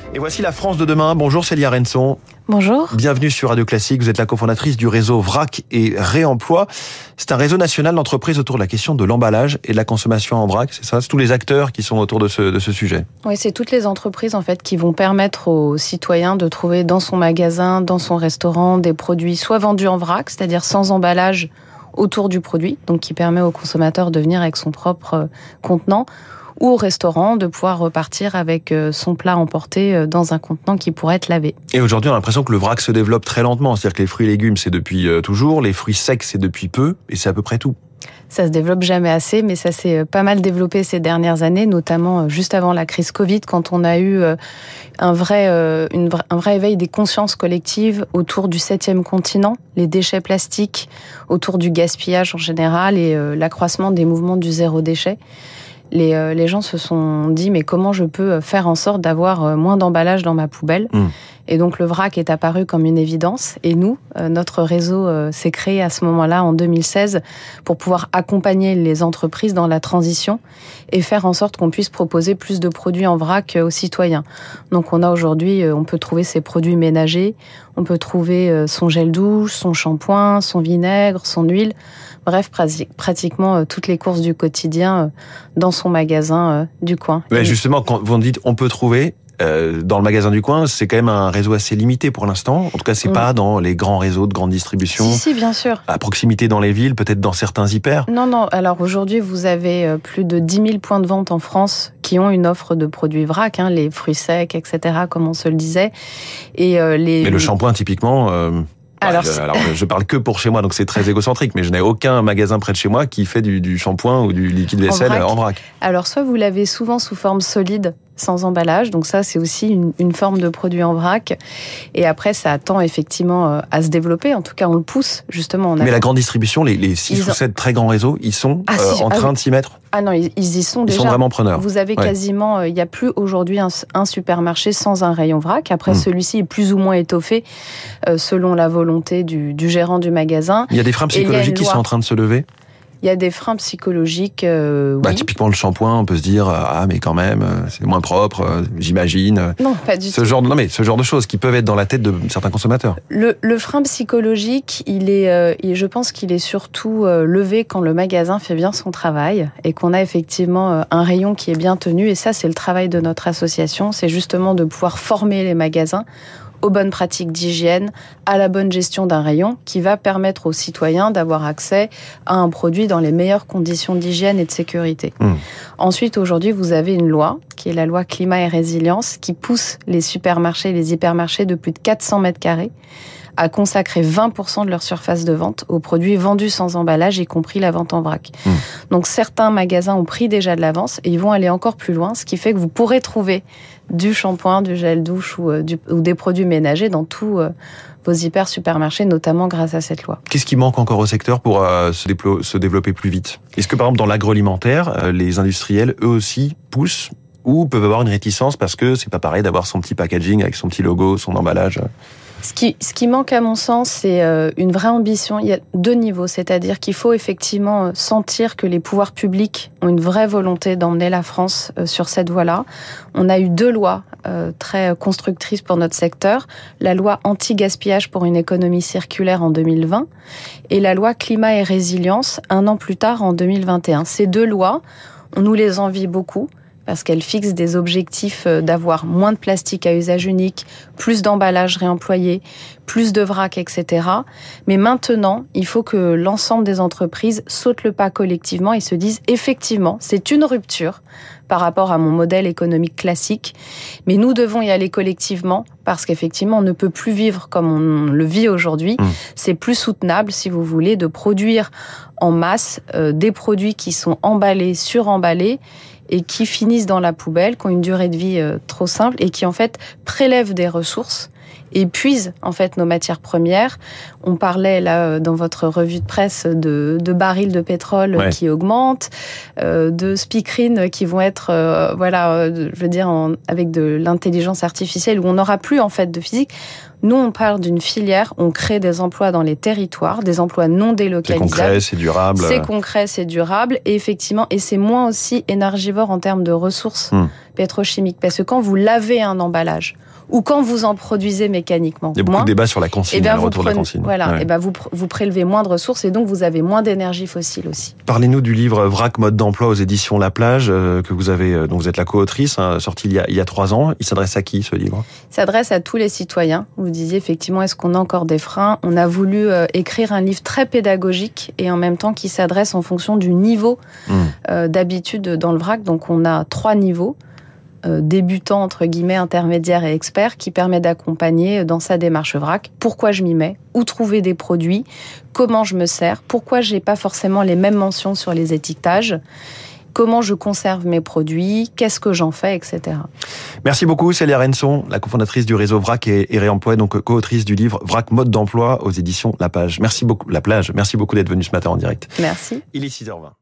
Et voici la France de demain. Bonjour Célia Renson. Bonjour. Bienvenue sur Radio Classique. Vous êtes la cofondatrice du réseau VRAC et Réemploi. C'est un réseau national d'entreprises autour de la question de l'emballage et de la consommation en vrac. C'est ça? C'est tous les acteurs qui sont autour de ce sujet. Oui, c'est toutes les entreprises en fait qui vont permettre aux citoyens de trouver dans son magasin, dans son restaurant, des produits soit vendus en vrac, c'est-à-dire sans emballage autour du produit, donc qui permet au consommateur de venir avec son propre contenant, ou au restaurant de pouvoir repartir avec son plat emporté dans un contenant qui pourrait être lavé. Et aujourd'hui, on a l'impression que le vrac se développe très lentement. C'est-à-dire que les fruits et légumes, c'est depuis toujours, les fruits secs, c'est depuis peu, et c'est à peu près tout. Ça se développe jamais assez, mais ça s'est pas mal développé ces dernières années, notamment juste avant la crise Covid, quand on a eu un vrai éveil des consciences collectives autour du 7e continent, les déchets plastiques, autour du gaspillage en général et l'accroissement des mouvements du zéro déchet. Les gens se sont dit mais comment je peux faire en sorte d'avoir moins d'emballage dans ma poubelle. Et donc le vrac est apparu comme une évidence. Et nous, notre réseau s'est créé à ce moment-là en 2016 pour pouvoir accompagner les entreprises dans la transition et faire en sorte qu'on puisse proposer plus de produits en vrac aux citoyens. Donc on a aujourd'hui, on peut trouver ses produits ménagers, on peut trouver son gel douche, son shampoing, son vinaigre, son huile. Bref, pratiquement toutes les courses du quotidien dans son magasin du coin. Ouais, justement, quand vous dites on peut trouver, dans le magasin du coin, c'est quand même un réseau assez limité pour l'instant. En tout cas, c'est pas dans les grands réseaux de grande distribution. Si, bien sûr. À proximité dans les villes, peut-être dans certains hyper. Non. Alors aujourd'hui, vous avez plus de 10 000 points de vente en France qui ont une offre de produits vrac, les fruits secs, etc., comme on se le disait. Mais le shampoing, typiquement... Alors, je parle que pour chez moi, donc c'est très égocentrique, mais je n'ai aucun magasin près de chez moi qui fait du shampoing ou du liquide vaisselle en vrac. Alors, soit vous l'avez souvent sous forme solide, sans emballage, donc ça c'est aussi une forme de produit en vrac. Et après, ça tend effectivement à se développer, en tout cas on le pousse justement. Mais la grande distribution, les 6 ou 7 très grands réseaux, ils sont en train de s'y mettre? Ah non, ils y sont déjà. Ils sont vraiment preneurs. Vous avez quasiment, il n'y a plus aujourd'hui un supermarché sans un rayon vrac. Après, celui-ci est plus ou moins étoffé selon la volonté du gérant du magasin. Il y a des freins psychologiques qui sont en train de se lever? Il y a des freins psychologiques, oui. Typiquement le shampoing, on peut se dire mais quand même c'est moins propre, j'imagine. Non, pas du tout. Ce genre de choses qui peuvent être dans la tête de certains consommateurs. Le frein psychologique, je pense qu'il est surtout levé quand le magasin fait bien son travail et qu'on a effectivement un rayon qui est bien tenu. Et ça, c'est le travail de notre association, c'est justement de pouvoir former les magasins aux bonnes pratiques d'hygiène, à la bonne gestion d'un rayon qui va permettre aux citoyens d'avoir accès à un produit dans les meilleures conditions d'hygiène et de sécurité. Ensuite, aujourd'hui, vous avez une loi, qui est la loi climat et résilience, qui pousse les supermarchés et les hypermarchés de plus de 400 mètres carrés à consacrer 20% de leur surface de vente aux produits vendus sans emballage, y compris la vente en vrac. Donc certains magasins ont pris déjà de l'avance et ils vont aller encore plus loin, ce qui fait que vous pourrez trouver du shampoing, du gel douche ou des produits ménagers dans tous vos hyper supermarchés, notamment grâce à cette loi. Qu'est-ce qui manque encore au secteur pour se développer plus vite? Est-ce que par exemple dans l'agroalimentaire, les industriels eux aussi poussent ou peuvent avoir une réticence parce que c'est pas pareil d'avoir son petit packaging avec son petit logo, son emballage? Ce qui manque à mon sens, c'est une vraie ambition. Il y a 2 niveaux, c'est-à-dire qu'il faut effectivement sentir que les pouvoirs publics ont une vraie volonté d'emmener la France sur cette voie-là. On a eu 2 lois très constructrices pour notre secteur. La loi anti-gaspillage pour une économie circulaire en 2020 et la loi climat et résilience 1 an plus tard en 2021. Ces 2 lois, on nous les envie beaucoup, parce qu'elle fixe des objectifs d'avoir moins de plastique à usage unique, plus d'emballages réemployés, plus de vrac, etc. Mais maintenant, il faut que l'ensemble des entreprises sautent le pas collectivement et se disent effectivement, c'est une rupture par rapport à mon modèle économique classique, mais nous devons y aller collectivement parce qu'effectivement, on ne peut plus vivre comme on le vit aujourd'hui. C'est plus soutenable, si vous voulez, de produire en masse des produits qui sont emballés, suremballés, et qui finissent dans la poubelle, qui ont une durée de vie trop simple et qui en fait prélèvent des ressources épuisent en fait nos matières premières. On parlait là dans votre revue de presse de barils de pétrole qui augmentent, de speakerines qui vont être je veux dire avec de l'intelligence artificielle où on n'aura plus en fait de physique. Nous, on parle d'une filière, on crée des emplois dans les territoires, des emplois non délocalisables. C'est concret, c'est durable. C'est concret, c'est durable. Et effectivement, et c'est moins aussi énergivore en termes de ressources pétrochimiques. Parce que quand vous lavez un emballage, ou quand vous en produisez mécaniquement. Il y a beaucoup de débats sur la consigne, le retour de la consigne. Voilà, ouais. Vous prélevez moins de ressources et donc vous avez moins d'énergie fossile aussi. Parlez-nous du livre Vrac mode d'emploi aux éditions La Plage, que vous avez, dont vous êtes la co-autrice, sorti il y a 3 ans. Il s'adresse à qui, ce livre ? Il s'adresse à tous les citoyens. Vous disiez effectivement, est-ce qu'on a encore des freins ? On a voulu écrire un livre très pédagogique et en même temps qui s'adresse en fonction du niveau d'habitude dans le vrac. Donc on a 3 niveaux. Débutant, entre guillemets, intermédiaire et expert, qui permet d'accompagner dans sa démarche vrac. Pourquoi je m'y mets ? Où trouver des produits ? Comment je me sers ? Pourquoi j'ai pas forcément les mêmes mentions sur les étiquetages ? Comment je conserve mes produits ? Qu'est-ce que j'en fais, etc. Merci beaucoup, Célia Renson, la cofondatrice du réseau Vrac et Réemploi, donc co-autrice du livre Vrac mode d'emploi aux éditions La Plage. Merci beaucoup d'être venue ce matin en direct. Merci. Il est 6h20.